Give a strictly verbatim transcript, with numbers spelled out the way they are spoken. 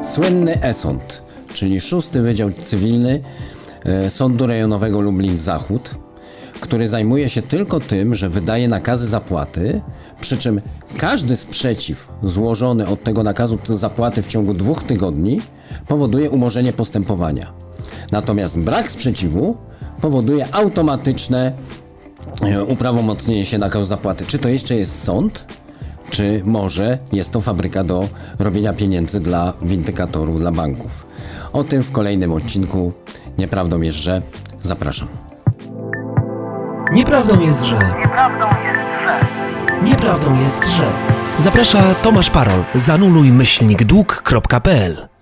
Słynny e-sąd, czyli szósty Wydział Cywilny Sądu Rejonowego Lublin-Zachód, który zajmuje się tylko tym, że wydaje nakazy zapłaty, przy czym każdy sprzeciw złożony od tego nakazu zapłaty w ciągu dwóch tygodni powoduje umorzenie postępowania. Natomiast brak sprzeciwu powoduje automatyczne uprawomocnienie się nakazu zapłaty. Czy to jeszcze jest sąd? Czy może jest to fabryka do robienia pieniędzy dla windykatorów, dla banków? O tym w kolejnym odcinku Nieprawdą jest, że... Zapraszam. Nieprawdą jest, że... Nieprawdą jest, że... Nieprawdą jest, że... Zaprasza Tomasz Parol. zanuluj myślnik dług kropka p l